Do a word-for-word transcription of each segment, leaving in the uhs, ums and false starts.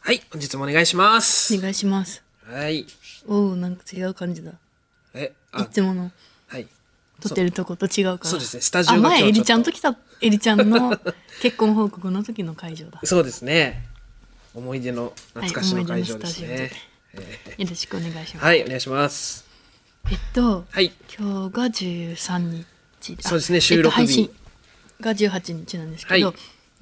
はい、本日もお願いします。 お願いします。 はい。 おお、なんか違う感じだ。 え、 いつものはい。 撮ってるとこと違うから。 そうですね。スタジオあ、 が今日前エリちゃんちょっと来たエリちゃんの結婚報告の時の会場だ。 と。そうですね。思い出の懐かしのはい、 会場ですね。 思い出のスタジオでよろしくお願いします。 はい、お願いします。 えっと、 はい。 今日がじゅうさんにち。 そうですね、収録日。 えっと、配信がじゅうはちにちなんですけど、 はい、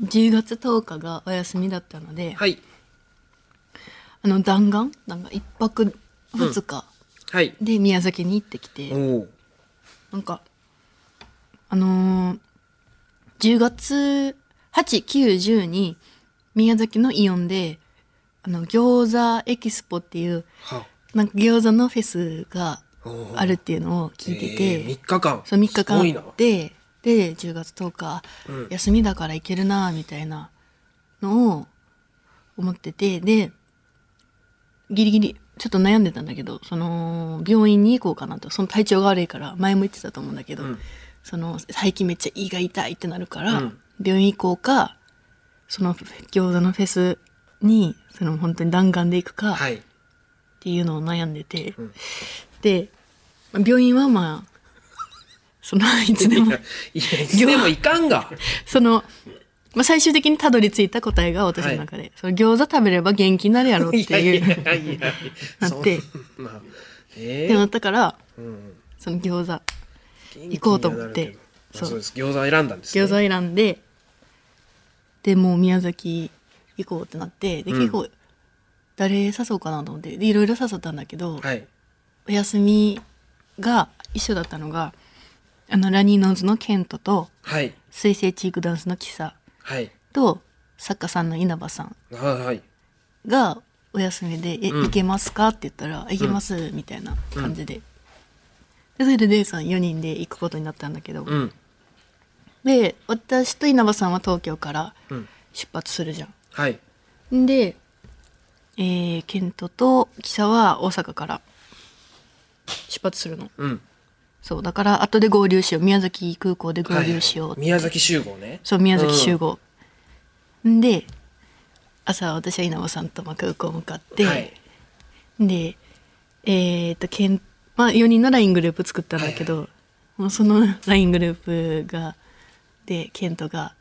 じゅうがつとおかがお休みだったので、 はい。 あの弾丸なんかいっぱくふつかはい。 で宮崎に行ってきて、 おお。 なんかあのー、じゅうがつはち、きゅう、じゅうに宮崎のイオンであの餃子エキスポっていうは。 なんか餃子のフェスがおーあるっていうのを聞いてて、 えー、みっかかん。 そうみっかかんすごいな。 ででじゅうがつとおか、 うん、 休みだから行けるなみたいなのを思ってて、でギリギリちょっと悩んでたんだけど、その病院に行こうかなと。その体調が悪いから前も言ってたと思うんだけど、 うん、 その最近めっちゃ胃が痛いってなるから、 うん、 病院行こうか、その餃子のフェスにその本当に弾丸で行くかっていうのを悩んでて、 うん、 で病院はまあそのいつでもいやいやいつでもいかんがその、まあ、最終的にたどり着いた答えが私の中で、はい、その餃子食べれば元気になるやろっていうなってまあえー、 ってなったから、 うん、 その餃子行こうと思って、 そう、そうです。餃子を選んだんですね。 餃子選んで、でもう宮崎行こうってなって、で、うん、結構誰誘おうかなと思って、でいろいろ誘ったんだけど、 はい、 お休みが一緒だったのがあのラニーノーズのケントと、 はい、 水星チークダンスのキサと、作家さんの稲葉さんがお休みで「え、うん、行けますか?」って言ったら「行けます」みたいな感じで、うん、でそれでデイさんよにんで行くことになったんだけど、うん、で私と稲葉さんは東京から出発するじゃん、 はい、 で、えー、ケントとキサは大阪から出発するの、うん、そうだから後で合流しよう、宮崎空港で合流しようって、 はいはい、宮崎集合ね。 そう宮崎集合、うん、で朝私は稲葉さんと空港向かって、はい、でえー、っとけん、まあ、よにんの ライン グループ作ったんだけど、はいはい、もうその ライン グループがでケントが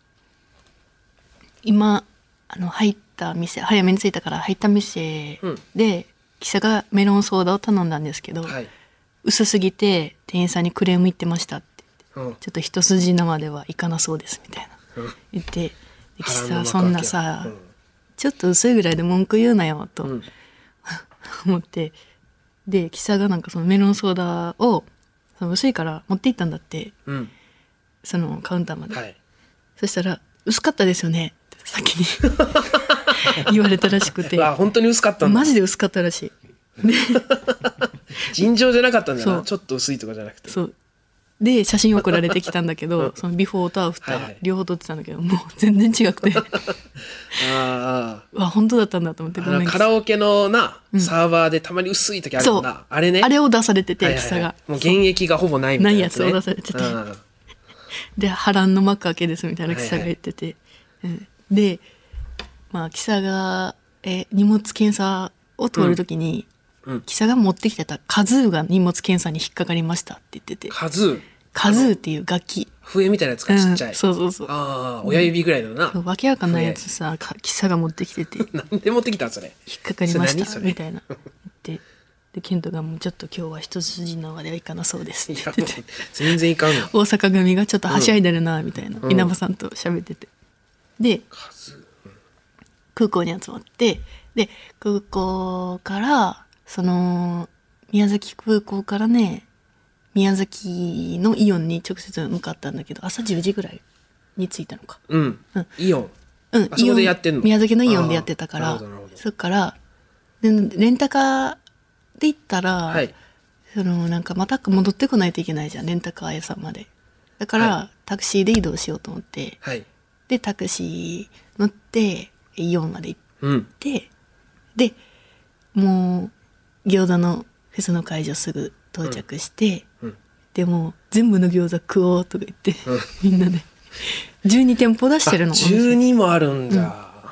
今あの入った店、早めに着いたから入った店で、うん、記者がメロンソーダを頼んだんですけど、はい、薄すぎて店員さんにクレーム言ってましたって言って、うん、ちょっと一筋縄ではいかなそうですみたいな、うん、言って「キサそんなさ、うん、ちょっと薄いぐらいで文句言うなよ」と、うん、思って、でキサがなんかそのメロンソーダをその薄いから持って行ったんだって、うん、そのカウンターまで、はい、そしたら「薄かったですよね」って先に言われたらしくてあ本当に薄かったんだ、 マジで薄かったらしいで尋常じゃなかったんだな、ちょっと薄いとかじゃなくて。 そうで写真送られてきたんだけどそのビフォーとアフター両方撮ってたんだけど、もう全然違くてああ本当だったんだと思って、 ごめん、カラオケのな、うん、サーバーでたまに薄い時あるんだ、あれね、 あれを出されてて、はいはいはい、キサがもう原液がほぼないみたいなやつ、ね、 ないやつを出されててで波乱の幕開けですみたいなキサが言ってて、はいはい、うん、でまあキサがえ荷物検査を通る時に、うんうん、キサが持ってきてたカズーが荷物検査に引っかかりましたって言ってて、 カズーカズーっていう楽器、 笛みたいなやつがちっちゃい、うん、 そうそうそう、 ああ親指ぐらいのな、 うん、わけわかんないやつさキサが持ってきててなんで持ってきたんそれ、 引っかかりましたみたいな言ってでケントがもうちょっと今日は一筋縄ではいかなそうですって言ってて全然いかんの大阪組がちょっとはしゃいでるなみたいな、うん、稲葉さんと喋ってて、でカズー、うん、空港に集まって、で空港からその宮崎空港からね宮崎のイオンに直接向かったんだけど、朝じゅうじぐらいに着いたのか、 うんうん、イオン、 うん、 あそこでやってんの、 宮崎のイオンでやってたから、そっからでレンタカーで行ったら、はい、そのなんかまた戻ってこないといけないじゃん、レンタカー屋さんまで。だから、はい、タクシーで移動しようと思って、はい、でタクシー乗ってイオンまで行って、うん、でもう餃子のフェスの会場すぐ到着して、うんうん、でも全部の餃子食おうとか言って、うん、みんなでじゅうにてんぽ出してるの。 じゅうにもあるんじゃ、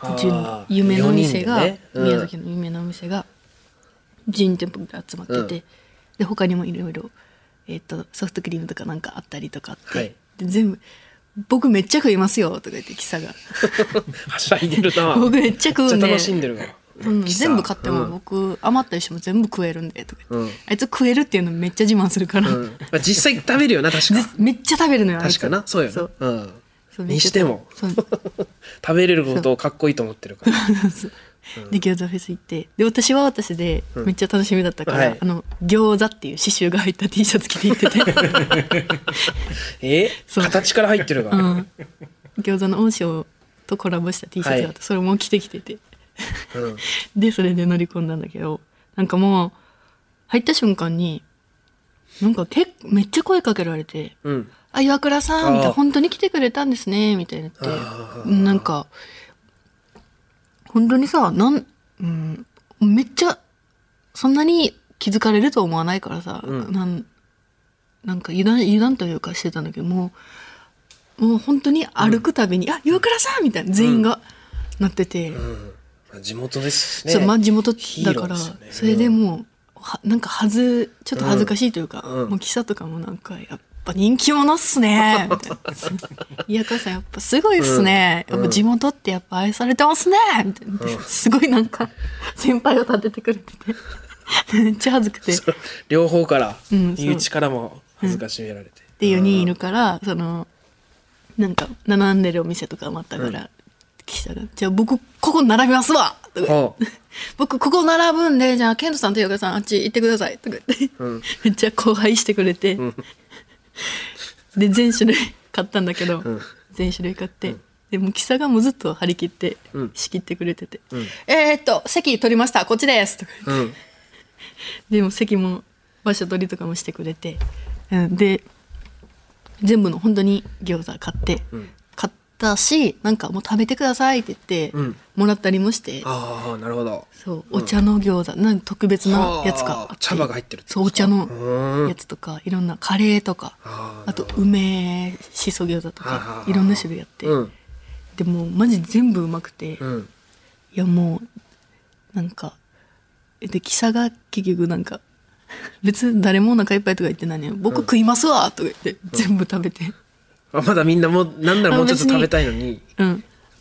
じゅん夢の店が、 ねうん、 宮崎の夢の店がじゅうに店舗ぐらい集まってて、うん、で他にもいろいろソフトクリームとかなんかあったりとかあって、はい、で全部僕めっちゃ食いますよとか言ってキサがはしゃいでるな僕めっちゃ食うんでめっちゃ楽しんでるわ、 うん、全部買っても僕、うん、余ったりしても全部食えるんでとか言って、うん、あいつ食えるっていうのめっちゃ自慢するから、うんまあ、実際食べるよな確かめっちゃ食べるのよ確かなそうよそう、 うん、そうにしても食べれることをかっこいいと思ってるからそううん、で餃子フェス行ってで私は私でめっちゃ楽しみだったから、うんはい、あの餃子っていう刺繍が入った T シャツ着て行っててえ形から入ってるが、うん、 餃子の王将とコラボした T シャツがあって、はい、それも着てきてて、うん、でそれで乗り込んだんだけどなんかもう入った瞬間になんかけめっちゃ声かけられて「うん、あ岩倉さん」みたいな「本当に来てくれたんですね」みたいなってなんか本当にさなん、うん、めっちゃそんなに気づかれると思わないからさ、うん、なんなんか油断油断というかしてたんだけどもうもう本当に歩くたびに「うん、あ岩倉さん」みたいな全員がなってて、 うんうん、地元ですねそう、まあ、地元だから、ね、それでもうはなんかはずちょっと恥ずかしいというか、うん、もう記者とかもなんかやっぱ人気者っすねみたいな岩倉さんやっぱすごいっすね、うん、やっぱ地元ってやっぱ愛されてますねみたいな、うん、すごいなんか先輩を立ててくれててめっちゃ恥ずくて両方から、うん、身内からも恥ずかしめられて、うん、 でよにんいるからそのなんか並んでるお店とかもあったから、うん、記者がじゃあ僕ここ並びますわとか僕ここ並ぶんでじゃあケントさんと岩倉さんあっち行ってくださいとか言って、うん、めっちゃ後輩してくれて、うんで全種類買ったんだけど、うん、全種類買って、うん、でもキサがもうずっと張り切って仕切ってくれてて、うん、えー、っと席取りましたこっちですとか言って、うん、でも席も場所取りとかもしてくれて、うん、で全部の本当に餃子買って、うん、買ったしなんかもう食べてくださいって言って、うん、もらったりもして、 ああなるほどそうお茶の餃子なん特別なやつがあって茶葉が入ってるってそうお茶のやつとかいろんなカレーとか あ, あと梅しそ餃子とかいろんな種類あって、うん、でもマジ全部うまくて、うん、いやもうなんかでキサが結局なんか別に誰もお腹いっぱいとか言ってないね僕食いますわとか言って、うん、全部食べて、 あまだみんなもうなんならもうちょっと食べたいのにうん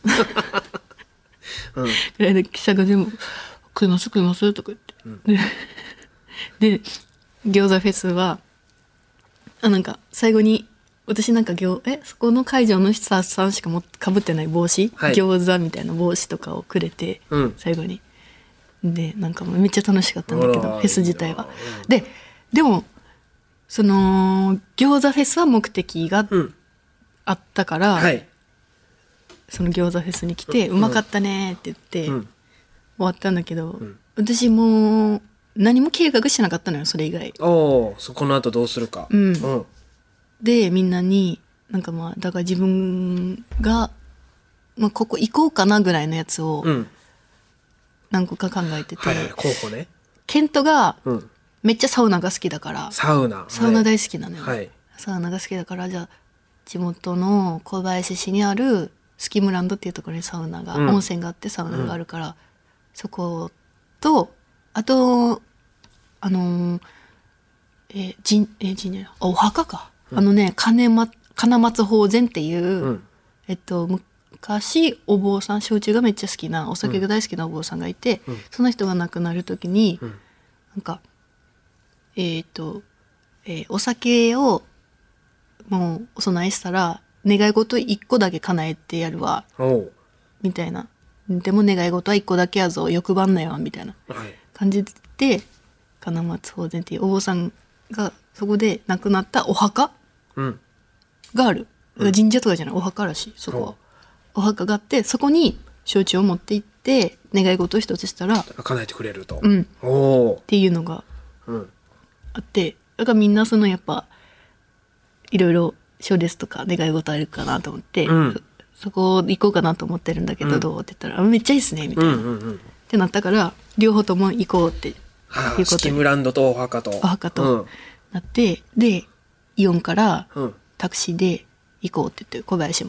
うん、で記者が全部「食います食います」とか言って、うん、で, で餃子フェスはあなんか最後に私なんか餃えそこの会場のスタッフさんしかもかぶってない帽子、はい、餃子みたいな帽子とかをくれて、うん、最後にでなんかめっちゃ楽しかったんだけどフェス自体は。ででもその餃子フェスは目的があったから、うんはいその餃子フェスに来て、うん、うまかったねって言って、うん、終わったんだけど、うん、私もう何も計画してなかったのよそれ以外。 おそこの後どうするか、うんうん、 でみんなになんかまあだから自分が、まあ、ここ行こうかなぐらいのやつを何個か考えてて、 はいはい、候補ね。 ケントがめっちゃサウナが好きだから、 サウナサウナ大好きなのよ、 はい、 サウナが好きだからじゃあ地元の小林市にあるスキムランドっていうところにサウナが、うん、温泉があってサウナがあるから、うん、そことあとあのー、え神え神社お墓か、うん、あのね金, ま金松法善っていう、うん、えっと昔お坊さん焼酎がめっちゃ好きなお酒が大好きなお坊さんがいて、うん、その人が亡くなる時に、うん、なんかえっ、ー、と、えー、お酒をもうお供えしたら願い事一個だけ叶えてやるわみたいなでも願い事は一個だけやぞ欲張んなよみたいな感じで、はい、金松法善っていうお坊さんがそこで亡くなったお墓がある、うん、神社とかじゃないお墓らしいそこはお墓があってそこに焼酎を持って行って願い事を一つしたら叶えてくれると、 うん、おっていうのがあって、だからみんなそのやっぱいろいろ賞レースとか願い事あるかなと思って、うん、そ, そこ行こうかなと思ってるんだけど、うん、どうって言ったらめっちゃいいっすねみたいな、うんうんうん、ってなったから両方とも行こうっていうことでスキムランドとお墓とお墓となって、うん、でイオンからタクシーで行こうって言って小林まで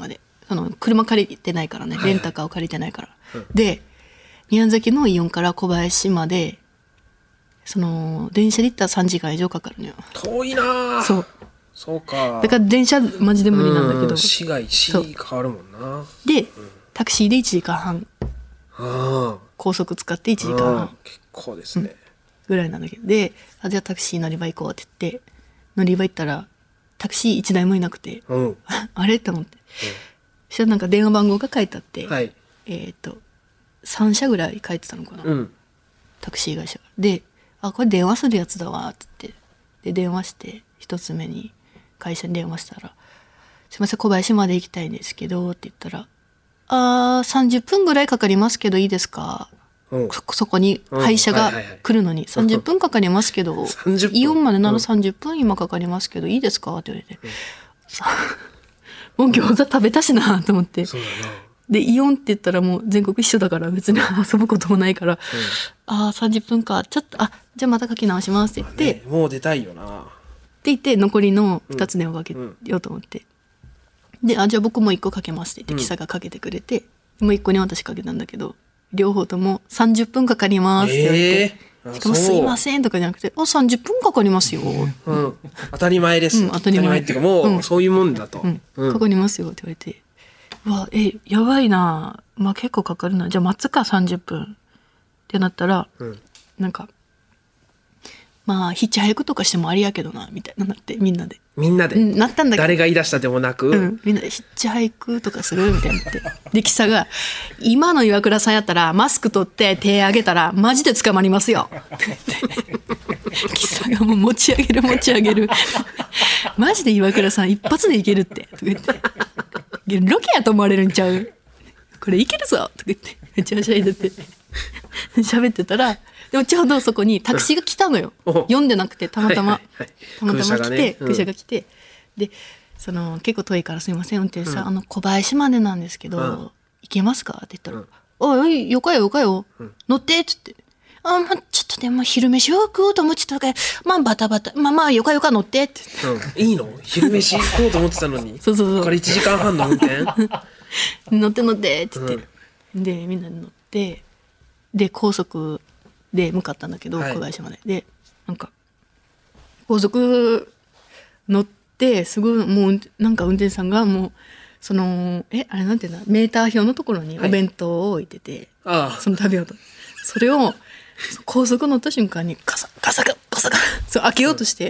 その車借りてないからね、レンタカーを借りてないから、はいはい、で宮崎のイオンから小林までその電車で行ったらさんじかん以上かかるのよ。 遠いな。 そうそうか。 だから電車マジで無理なんだけど、 市街市変わるもんな。 で、うん、タクシーでいちじかんはん、 あ高速使っていちじかんはん結構ですね、うん、 ぐらいなんだけど、であじゃあタクシー乗り場行こうって言って乗り場行ったらタクシーいちだいもいなくて、うん、あれって思って、うん、そしたらなんか電話番号が書いてあって、はい、えっとさんしゃぐらい書いてたのかな、うん、タクシー会社で、あこれ電話するやつだわって言って、で電話して一つ目に会社に電話したら「すいません小林まで行きたいんですけど」って言ったら「あーさんじゅっぷんぐらいかかりますけどいいですか」うん、そ, そこに配車が来るのにさんじゅっぷんかかりますけどイオンまでならさんじゅっぷん今かかりますけどいいですかって言われて、うん、もう餃子食べたしなと思って、そうだな。でイオンって言ったらもう全国一緒だから別に遊ぶこともないから、うん、ああさんじゅっぷんかちょっとあじゃあまた書き直しますって言って、 ね、もう出たいよなって言って残りのふたつ電話かけようと思って、うん、であじゃあ僕もいっこかけますって言って、うん、記者がかけてくれてもういっこに私かけたんだけど両方ともさんじゅっぷんかかりますって言われて、えー、しかもすいませんとかじゃなくてあさんじゅっぷんかかりますよ、 うん、当たり前です、うん、当たり前っていうかもう、うん、そういうもんだと、 うんうん、かかりますよって言われてうわえやばいな、まあ、結構かかるなじゃあ待つかさんじゅっぷんってなったら、うん、なんかまあヒッチハイクとかしてもありやけどなみたいななってみんなでみんなで、うん、なったんだけど誰が言い出したでもなく、 うん、みんなでヒッチハイクとかするみたいになってで記者が「今の岩倉さんやったらマスク取って手上げたらマジで捕まりますよ」って言って記者がもう持ち上げる持ち上げるマジで岩倉さん一発でいけるってとか言ってロケやと思われるんちゃうこれいけるぞとか言ってめっちゃはしゃいでて喋ってたらでもちょうどそこにタクシーが来たのよ読んでなくてたまたま、はいはいはい、たまたま来て空車が来て、うん、でその結構遠いからすいません運転手さん、うん、あの小林までなんですけど、うん、行けますかって言ったら、うん、おいよかよよかよ、うん、乗ってっつってあ、まあ、ちょっとでも昼飯を食おうと思ってたからまあバタバタまあまあよかよか乗ってって、 うん、いいの昼飯食おうと思ってたのにそうそうそうこれからいちじかんはんの運転乗って乗ってって言って、うん、でみんなで乗ってで高速で向かったんだけど、はい、小林まででなんか高速乗ってすごいもうなんか運転手さんがもうそのえあれなんていうんだメーター表のところにお弁当を置いてて、はい、その食べようとそれを高速乗った瞬間にガサガサガサガそう開けようとして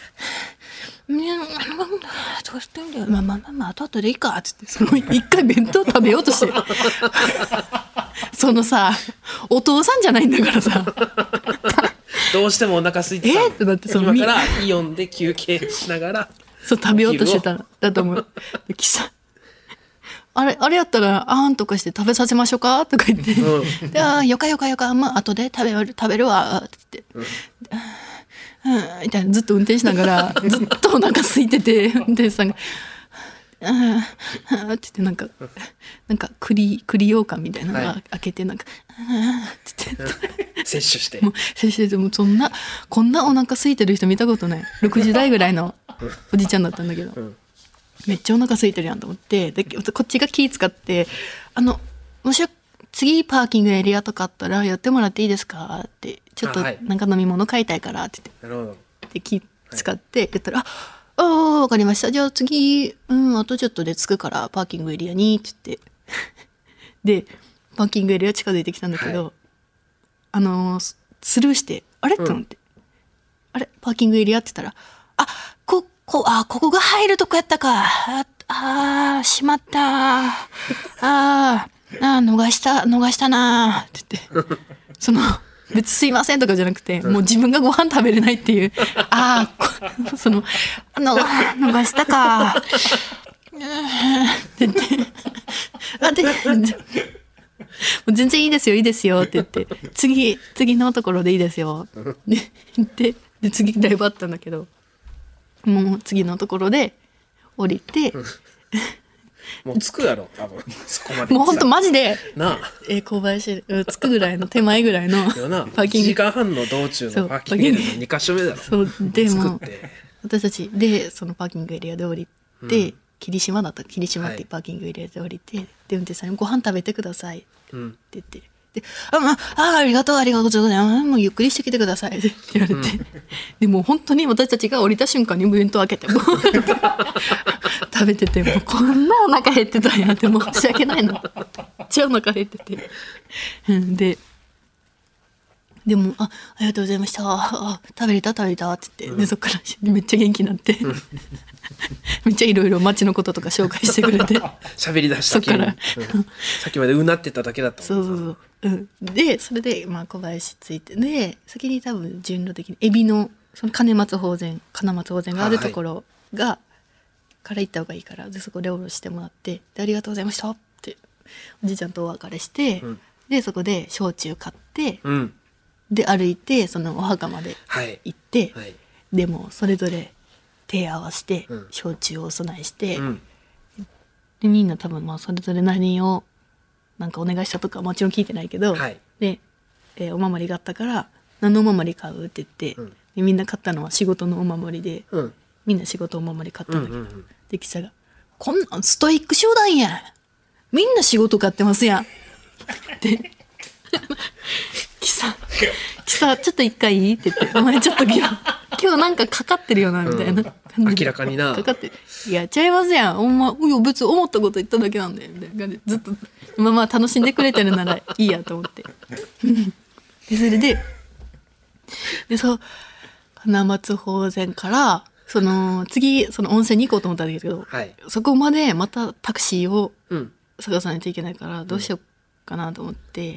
「うんうん、どうしてんだよまあまあまあまあ後々でいいか」っつってその一回弁当食べようとしてそのさお父さんじゃないんだからさどうしてもお腹空いてたえってなってその今からイオンで休憩しながらそう食べようとしてたんだと思うキサあれあれやったらあんとかして食べさせましょうかとか言って、うん、であよかよかよかまあ後で食べる食べるわって言って、うんうん、みたいなずっと運転しながらずっとお腹空いてて運転手さんが「うんうん」って言ってなんかなんか栗栗羊羹みたいなのが開けてなんか「うん」って言って摂取してもう摂取してもうそんなこんなお腹空いてる人見たことないろくじ台ぐらいのおじちゃんだったんだけど、うん、めっちゃお腹空いてるやんと思ってでこっちが気使って「あのもし次パーキングエリアとかあったら寄ってもらっていいですか?」ってちょっとなんか飲み物買いたいからって言って、はい、で気使って言ったら「はい、ああ、わかりました。じゃあ次、うん、あとちょっとで着くからパーキングエリアにって言ってでパーキングエリア近づいてきたんだけど、はい、あのー、スルーしてあれって思って、うん、あれパーキングエリアって言ったらあここあここが入るとこやったかああしまったああ逃した逃したなって言ってその別にすいませんとかじゃなくてもう自分がご飯食べれないっていうああそのあの逃したかって言ってあで全然いいですよいいですよって言って次次のところでいいですよって言ってで次だいぶあったんだけどもう次のところで降りてもう着くやろ多分そこまでもうほんとマジでなあ、 えー、小林着くぐらいの手前ぐらいのパーキングいちじかんはんの道中のパーキングエリアのにか所目だろそうでも私たちでそのパーキングエリアで降りて、 霧島だった霧島っていうパーキング入れて降りて、はい、で運転手さんにご飯食べてくださいって言って、であ、まあ、あありがとうありがとうございます、もうゆっくりしてきてくださいって言われて、うん、でも本当に私たちが降りた瞬間に弁当開けても食べてて、もうこんなお腹減ってたんやって申し訳ないのめっちゃお腹減ってて、うん、ででもあありがとうございました、あ食べれた食べれたって言って、うん、でそっからめっちゃ元気になって、うん、めっちゃいろいろ街のこととか紹介してくれて喋り出したそっから、うん、 さっきまでうなってただけだったもん。そうそうそう、うん、でそれで、まあ、小林ついてで先に多分順路的に海老のその金松法然金松法然があるところが、はい、から行った方がいいからでそこで降ろしてもらってでありがとうございましたっておじいちゃんとお別れして、うん、でそこで焼酎買って、うん、で歩いてそのお墓まで行って、はいはい、でもそれぞれ手合わせて、うん、焼酎をお供えして、うん、でみんな多分まあそれぞれ何をなんかお願いしたとかもちろん聞いてないけど、はい、で、えー、お守りがあったから何のお守り買うって言って、うん、でみんな買ったのは仕事のお守りで、うん、みんな仕事お守り買ったんだけど、うんうんうん、で記者がこんなんストイック集団やんみんな仕事買ってますやんで記者記者ちょっと一回いいって言ってお前ちょっと今日今日なんかかかってるよなみたいな、 うん、明らかになかかっていやちゃいますやんお前いや別に思ったこと言っただけなんだよみたいな感じでずっとまあまあ楽しんでくれてるならいいやと思ってでそれででそう金松法然からその次その温泉に行こうと思ったんだけど、はい、そこまでまたタクシーを探さないといけないからどうしようかなと思って、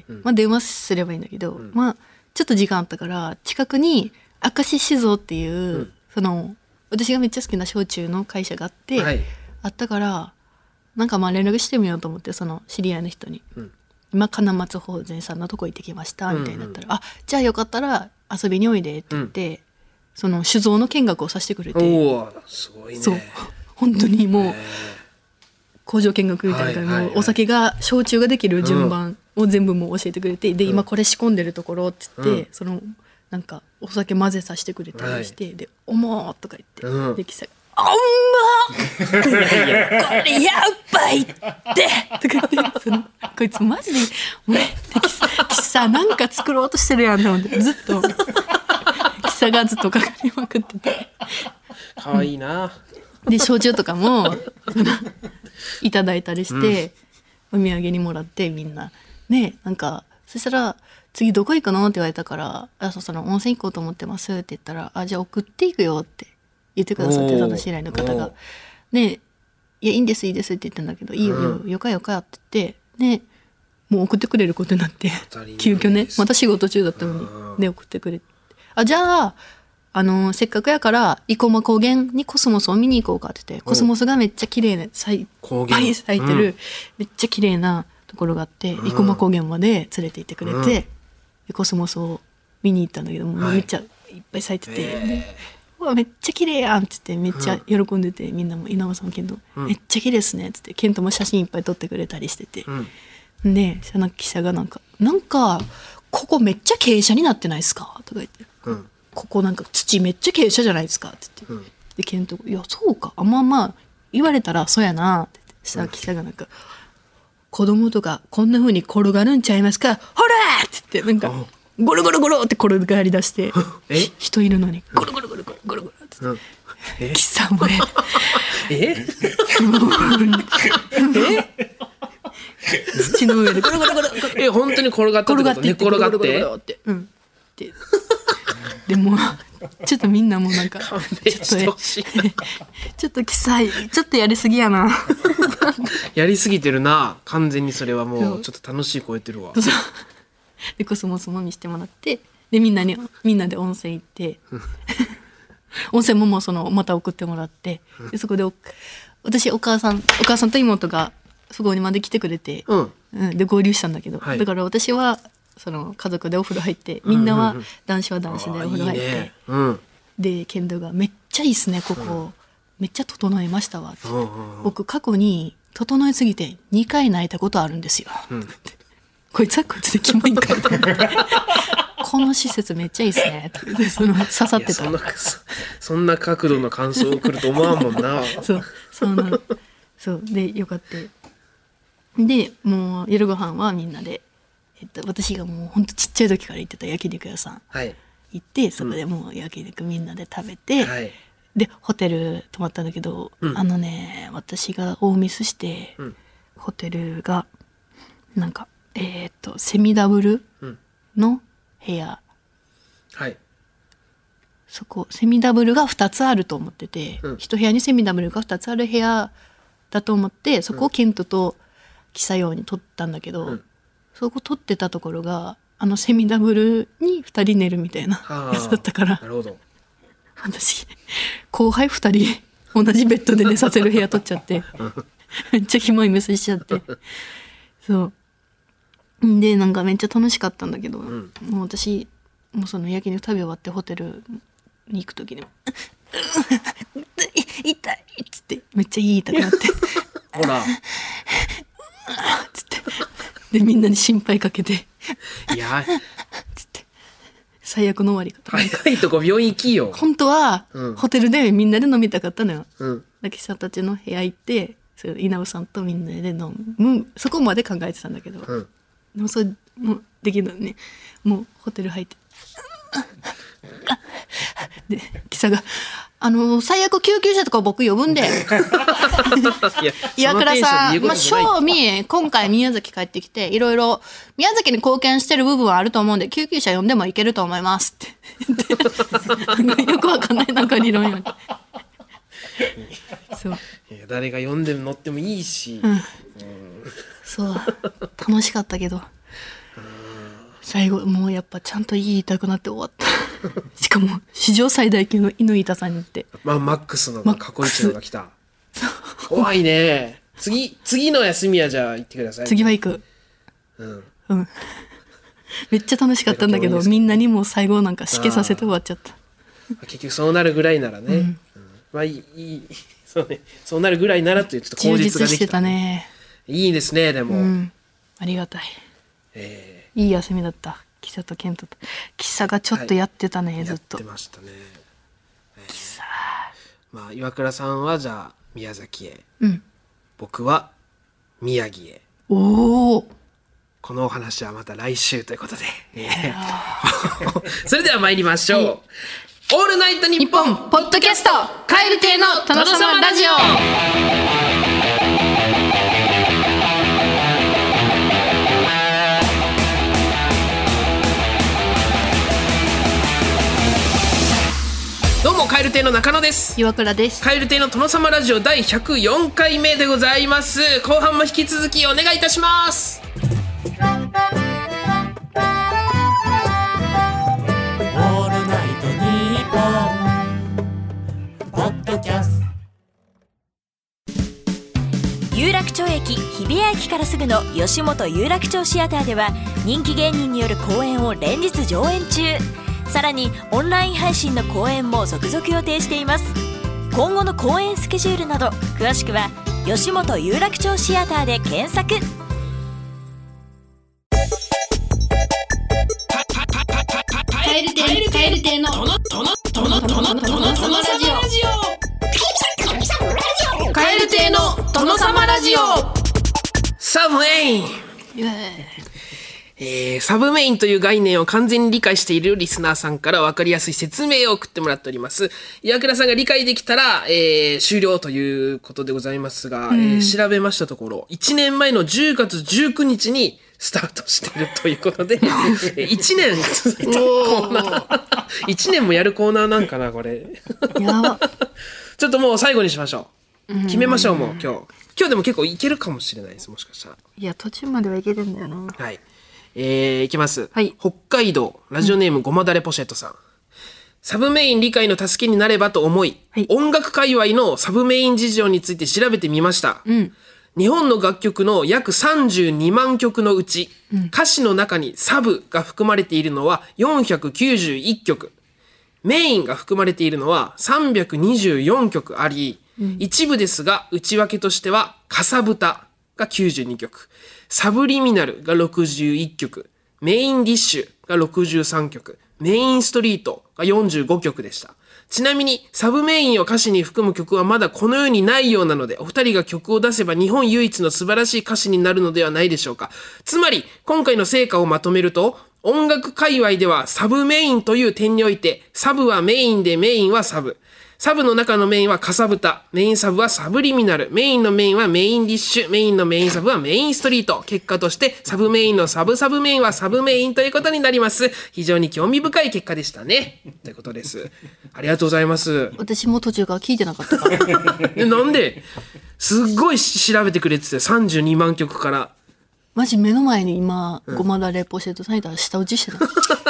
うん、まあ電話すればいいんだけど、うん、まあちょっと時間あったから近くに明石酒造っていう、うん、その私がめっちゃ好きな焼酎の会社があって、はい、あったからなんかまあ連絡してみようと思ってその知り合いの人に、うん、今金松法然さんのとこ行ってきましたみたいになったら、うんうん、あじゃあよかったら遊びにおいでって言って、うん、その酒造の見学をさせてくれて、 おーすごいね。 そう本当にもう工場見学みたいな感じで、もうお酒が焼酎ができる順番を全部もう教えてくれて、うん、で今これ仕込んでるところって言って、うん、そのなんかお酒混ぜさせてくれたりして、はい、で「おも」とか言って、うん、で記者が「あんまこれやばいって!」とか言ってそのこいつマジで「お前記者なんか作ろうとしてるやん」と思ってずっと記者がずっとかかりまくっててかわいいな、 うん、で焼酎とかもいただいたりして、うん、お土産にもらってみんなねなんかそしたら次どこ行くのって言われたからあそその温泉行こうと思ってますって言ったらあじゃあ送っていくよって言ってくださってその知り合いの方がねいやいいんですいいですって言ったんだけどいいよ、うん、よかよかって言ってねもう送ってくれることになって急遽ねまた仕事中だったのにね送ってくれてあじゃああのせっかくやから生駒高原にコスモスを見に行こうかって言ってコスモスがめっちゃ綺麗な咲い咲いてる、うん、めっちゃ綺麗なところがあって生駒高原まで連れて行ってくれて、うん、でコスモスを見に行ったんだけども、はい、めっちゃいっぱい咲いてて、でうわめっちゃ綺麗やんって言ってめっちゃ喜んでて、うん、みんなも稲葉さんもケントも、うん、めっちゃ綺麗ですねって言ってケントも写真いっぱい撮ってくれたりしてて、うん、でその記者がなんかなんかここめっちゃ傾斜になってないですかとか言って、うん、ここなんか土めっちゃ傾斜じゃないですかって言って、うん、でケントがいやそうかあまあまあ言われたらそうやなって言ってしたら記者がなんか、うん、子供とかこんな風に転がるんちゃいますかほらって言ってなんかゴロゴロゴロって転がり出してえ人いるのにゴロゴロゴロゴロゴロゴロって言って、うん、え記者もええ土の上でゴロゴロゴロえ本当に転がったってこと寝転がってゴロってうんででもちょっとみんなもなんか勘弁してほしいなちょっと記載ちょっとやりすぎやなやりすぎてるな完全にそれはもうちょっと楽しい超えてるわでコスモスも見してもらってでみんなにみんなで温泉行って温泉ももうそのまた送ってもらってでそこで私お母さんお母さんと妹がそこにまで来てくれて、うんうん、で合流したんだけど、はい、だから私はその家族でお風呂入ってみんなは男子は男子でお風呂入って、うんうんうんうん、でケンドがめっちゃいいっすねここ、うん、めっちゃ整えましたわって、うんうんうん、僕過去に整えすぎてにかい泣いたことあるんですよ、うん、こいつはこいつでキモいんかこの施設めっちゃいいっすねってその刺さってたそんなそんな角度の感想を送ると思わんもんなそうそのそうでよかった。でもう夜ご飯はみんなで、えっと、私がもうほんとちっちゃい時から行ってた焼肉屋さん、はい、行ってそこでもう焼肉みんなで食べて、はい、でホテル泊まったんだけど、うん、あのね私が大ミスして、うん、ホテルがなんかえー、っとセミダブルの部屋、うん、はい、そこセミダブルがふたつあると思ってて、うん、いち部屋にセミダブルがふたつある部屋だと思ってそこをケントとキサ用に取ったんだけど、うん、そこ取ってたところがあのセミダブルにふたり寝るみたいなやつだったから、なるほど、私後輩ふたり同じベッドで寝させる部屋取っちゃってめっちゃキモいミスしちゃってそうでなんかめっちゃ楽しかったんだけど、うん、もう私もうその焼肉食べ終わってホテルに行く時にも痛い痛いっつってめっちゃ言いたくなってほらつってでみんなに心配かけていやつって最悪の終わり方早いとこ病院行きよ。 本当は、うん、ホテルでみんなで飲みたかったのよ、うん、だけさんたちの部屋行ってそれ稲尾さんとみんなで飲むそこまで考えてたんだけど、うん、でもそれもうできるのねもうホテル入ってでキサがあの最悪救急車とか僕呼ぶんで岩倉さん、まあ、正味今回宮崎帰ってきていろいろ宮崎に貢献してる部分はあると思うんで救急車呼んでもいけると思いますってよくわかんないなんか理論よりそういや誰が呼んでも乗ってもいいし、うんうん、 そう楽しかったけど最後もうやっぱちゃんと言いたくなって終わったしかも史上最大級の犬板さんにって、 まあ、マックスの過去一のが来た怖いね。次次の休みはじゃあ行ってください。 次は行く、うんうん、めっちゃ楽しかったんだけどみんなにも最後なんかしけさせて終わっちゃった。 結局そうなるぐらいならね、うんうん、まあいいいいそうねそうなるぐらいならというちょっと口実ができた、ね、充実してたね。いいですねでも、うん、ありがたい、えー、いい休みだった。キサとケントとキサがちょっとやってたね、はい、ずっとやってましたね、 えー、キサまあ岩倉さんはじゃあ宮崎へ、うん、僕は宮城へ。おおこのお話はまた来週ということで、えー、それでは参りましょう、はい、オールナイトニッポンポッドキャスト蛙亭の殿様ラジオ。どうも蛙亭の中野です。 岩倉です。 蛙亭の殿様ラジオだいひゃくよんかいめでございます。後半も引き続きお願いいたします。オールナイトニッポンポッドキャスト。有楽町駅日比谷駅からすぐの吉本有楽町シアターでは人気芸人による公演を連日上演中。さらにオンライン配信の公演も続々予定しています。今後の公演スケジュールなど詳しくは吉本有楽町シアターで検索。蛙亭のトノトノトノトノトノトノラジオ。蛙亭の殿様ラジオ。サブメイン、えー、サブメインという概念を完全に理解しているリスナーさんから分かりやすい説明を送ってもらっております。岩倉さんが理解できたら、えー、終了ということでございますが、うん、えー、調べましたところいちねんまえのじゅうがつじゅうくにちにスタートしているということでいちねん続いたコーナーいちねんもやるコーナーなんかなこれやばちょっともう最後にしましょう。決めましょう。もう今日今日でも結構いけるかもしれないです。もしかしたらいや途中まではいけるんだよな。 はい、えー、いきます、はい、北海道ラジオネーム、うん、ごまだれポシェットさん。サブメイン理解の助けになればと思い、はい、音楽界隈のサブメイン事情について調べてみました、うん、日本の楽曲の約さんじゅうにまんきょくのうち、うん、歌詞の中にサブが含まれているのはよんひゃくきゅうじゅういっきょく、メインが含まれているのはさんびゃくにじゅうよんきょくあり、うん、一部ですが内訳としてはかさぶたがきゅうじゅうにきょく、サブリミナルがろくじゅういっきょく、メインディッシュがろくじゅうさんきょく、メインストリートがよんじゅうごきょくでした。 ちなみにサブメインを歌詞に含む曲はまだこの世にないようなので、お二人が曲を出せば日本唯一の素晴らしい歌詞になるのではないでしょうか。つまり今回の成果をまとめると、音楽界隈ではサブメインという点において、サブはメインでメインはサブ。サブの中のメインはかさぶた。メインサブはサブリミナル。メインのメインはメインディッシュ。メインのメインサブはメインストリート。結果としてサブメインのサブサブメインはサブメインということになります。非常に興味深い結果でしたね。ということです。ありがとうございます。 私も途中から聞いてなかったから。 なんですっごい調べてくれてて、さんじゅうにまんきょくから。 マジ目の前に今、うん、ごまだれポシェットサイダー下打ちしてた。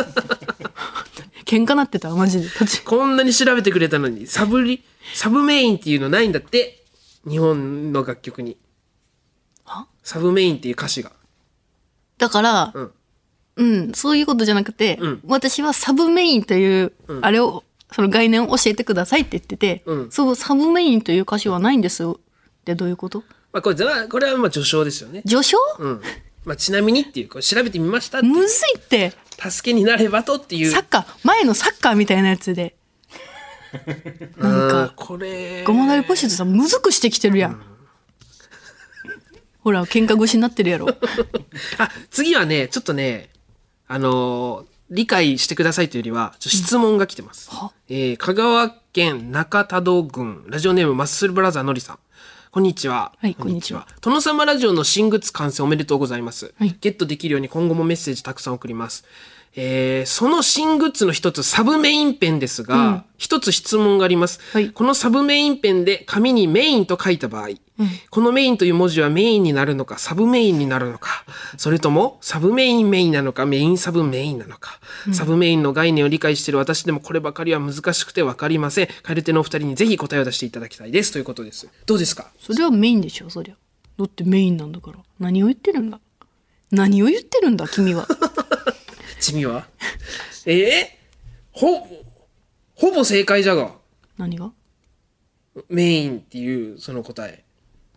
喧嘩なってたマジで。 こんなに調べてくれたのにサブリサブメインっていうのないんだって、日本の楽曲に。 はサブメインっていう歌詞が。 だから、うん、うん、そういうことじゃなくて、うん、私はサブメインという、うん、あれをその概念を教えてくださいって言ってて、うん、そうサブメインという歌詞はないんですってどういうこと？ まあこれこれはまあ序章ですよね。 序章？ うん。まあちなみにっていうこれ調べてみましたっていう。 むずいって。 助けになればとっていう。 サッカー前のサッカーみたいなやつで。なんかこれごまだれポシェットさんむずくしてきてるやん。うん、ほら喧嘩腰になってるやろ。 あ次はねちょっとねあのー、理解してくださいというよりはちょっと質問が来てます。うんえー、香川県中多度郡ラジオネームマッスルブラザーのりさん。こんにちは。 はい、こんにちは。 殿様ラジオの新グッズ完成おめでとうございます。はい、ゲットできるように今後もメッセージたくさん送ります。えー、その新グッズの一つサブメインペンですが、うん、一つ質問があります、はい、このサブメインペンで紙にメインと書いた場合、うん、このメインという文字はメインになるのかサブメインになるのか、それともサブメインメインなのかメインサブメインなのか、うん、サブメインの概念を理解している私でもこればかりは難しくて分かりません。カエルテのお二人にぜひ答えを出していただきたいですということです。どうですか？ それはメインでしょ。そりゃだってメインなんだから。何を言ってるんだ何を言ってるんだ君は。 君はえー、ほほぼ正解じゃが。 何が？ メインっていうその答え。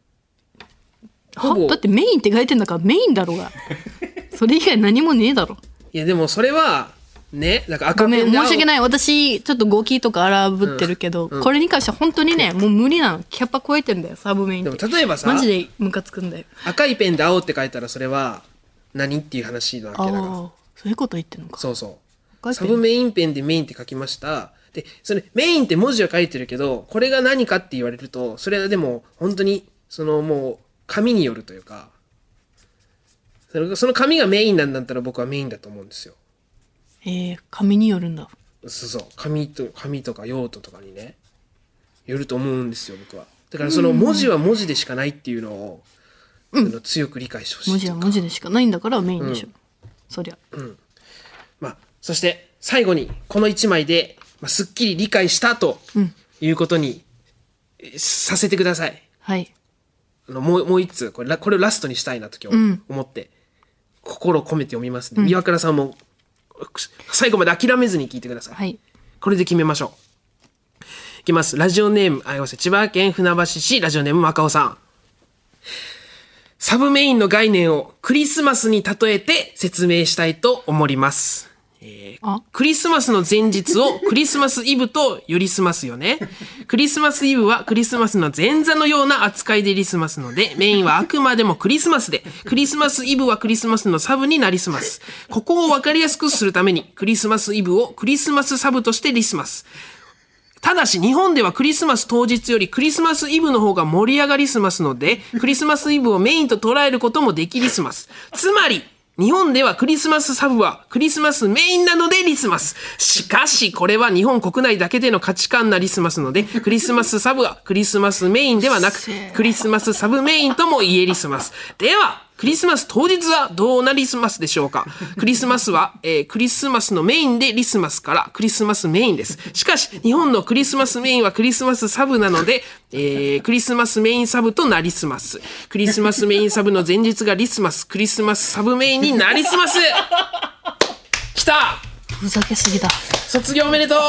はだってメインって書いてんだからメインだろうが。それ以外何もねえだろ。 いやでもそれはね、なんか赤ペンで。ごめん申し訳ない。私ちょっと語気とか荒ぶってるけど、うんうん、これに関しては本当にねもう無理なの。キャパ超えてんだよサブメインって。 でも例えばさマジでムカつくんだよ。 赤いペンで青って書いたらそれは何っていう話なわけだから。 そういうこと言ってるのか。 そうそうサブメインペンでメインって書きました。でそれメインって文字は書いてるけどこれが何かって言われるとそれはでも本当にそのもう紙によるというか、それその紙がメインなんだったら僕はメインだと思うんですよ。 えー、紙によるんだ。 そうそう紙と紙とか用途とかにねよると思うんですよ僕は。だからその文字は文字でしかないっていうのを、うん、強く理解してほしい。 文字は文字でしかないんだからメインでしょ、うん、そりゃ、 うんまあ、そして最後にこのいちまいで、まあ、すっきり理解したということにさせてください、 うん、はいあのもう、もう一通これ、これをラストにしたいなと今日思って、うん、心を込めて読みますので、うん、岩倉さんも最後まで諦めずに聞いてください、 はい、 これで決めましょう。いきます。ラジオネームあごめんなさい千葉県船橋市ラジオネームマカオさん。サブメインの概念をクリスマスに例えて説明したいと思います。えー、クリスマスの前日をクリスマスイブとよりすますよね。クリスマスイブはクリスマスの前座のような扱いでりすますので、メインはあくまでもクリスマスで、クリスマスイブはクリスマスのサブになりすます。ここを分かりやすくするために、クリスマスイブをクリスマスサブとしてりすます。ただし日本ではクリスマス当日よりクリスマスイブの方が盛り上がりすますので、クリスマスイブをメインと捉えることもできりすます。つまり日本ではクリスマスサブはクリスマスメインなのでリスマス。しかしこれは日本国内だけでの価値観なリスマスので、クリスマスサブはクリスマスメインではなくクリスマスサブメインとも言えリスマス。ではクリスマス当日はどうなりすますでしょうか。クリスマスは、えー、クリスマスのメインでリスマスからクリスマスメインです。しかし日本のクリスマスメインはクリスマスサブなので、えー、クリスマスメインサブとなりすます。クリスマスメインサブの前日がリスマス、クリスマスサブメインになりすます。きた。 ふざけすぎだ。 卒業おめでとう。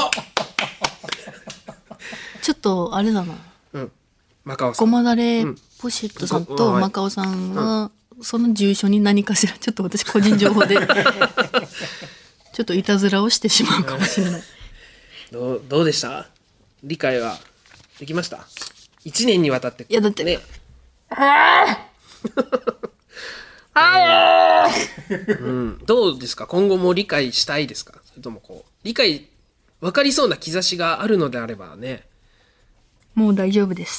ちょっとあれだな、うん、 マカオさんごまだれポシェットさんとマカオさんは、うんその住所に何かしらちょっと私個人情報でちょっといたずらをしてしまうかもしれない。 どう、どうでした？ 理解はできました？いちねんにわたって、ね、 いやだってねああうん、どうですか？今後も理解したいですか？それともこう理解分かりそうな兆しがあるのであればね。 もう大丈夫です。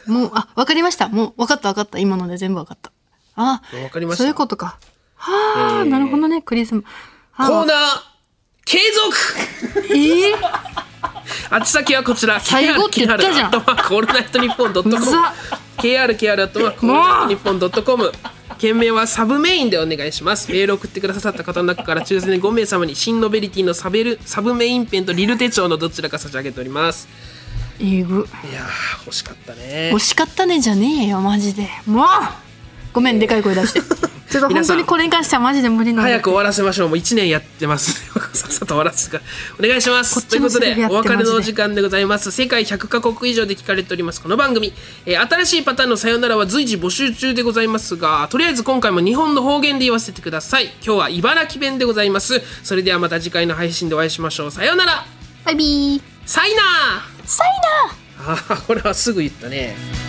もうあ分かりました。もう分かった分かった。今ので全部分かった。あ分かりました。 そういうことか。はあ、えー、なるほどね。クリスマスコーナー継続ええー、 あち先はこちら。 最後って言ったじゃん。 ケーアールケーアール アットマークオールナイトニッポンドットコム ケーアールケーアール アットマークオールナイトニッポンドットコム件名はサブメインでお願いします。メールを送ってくださった方の中から抽選でごめいさまに新ノベリティのサベルサブメインペンとリル手帳のどちらか差し上げております。 えぐいやー欲しかったね。 欲しかったねじゃねえよマジで。もうごめん、でかい声出してちょっと本当にこれに関してはマジで無理なんで早く終わらせましょう。もういちねんやってますさっさと終わらせてお願いします。ということでお別れのお時間でございます。世界ひゃくカ国以上で聞かれておりますこの番組、えー、新しいパターンのさよならは随時募集中でございますが、とりあえず今回も日本の方言で言わせてください。今日は茨城弁でございます。それではまた次回の配信でお会いしましょう。さようなら。 バイビー。 サイナーサイナー。 あーこれはすぐ言ったね。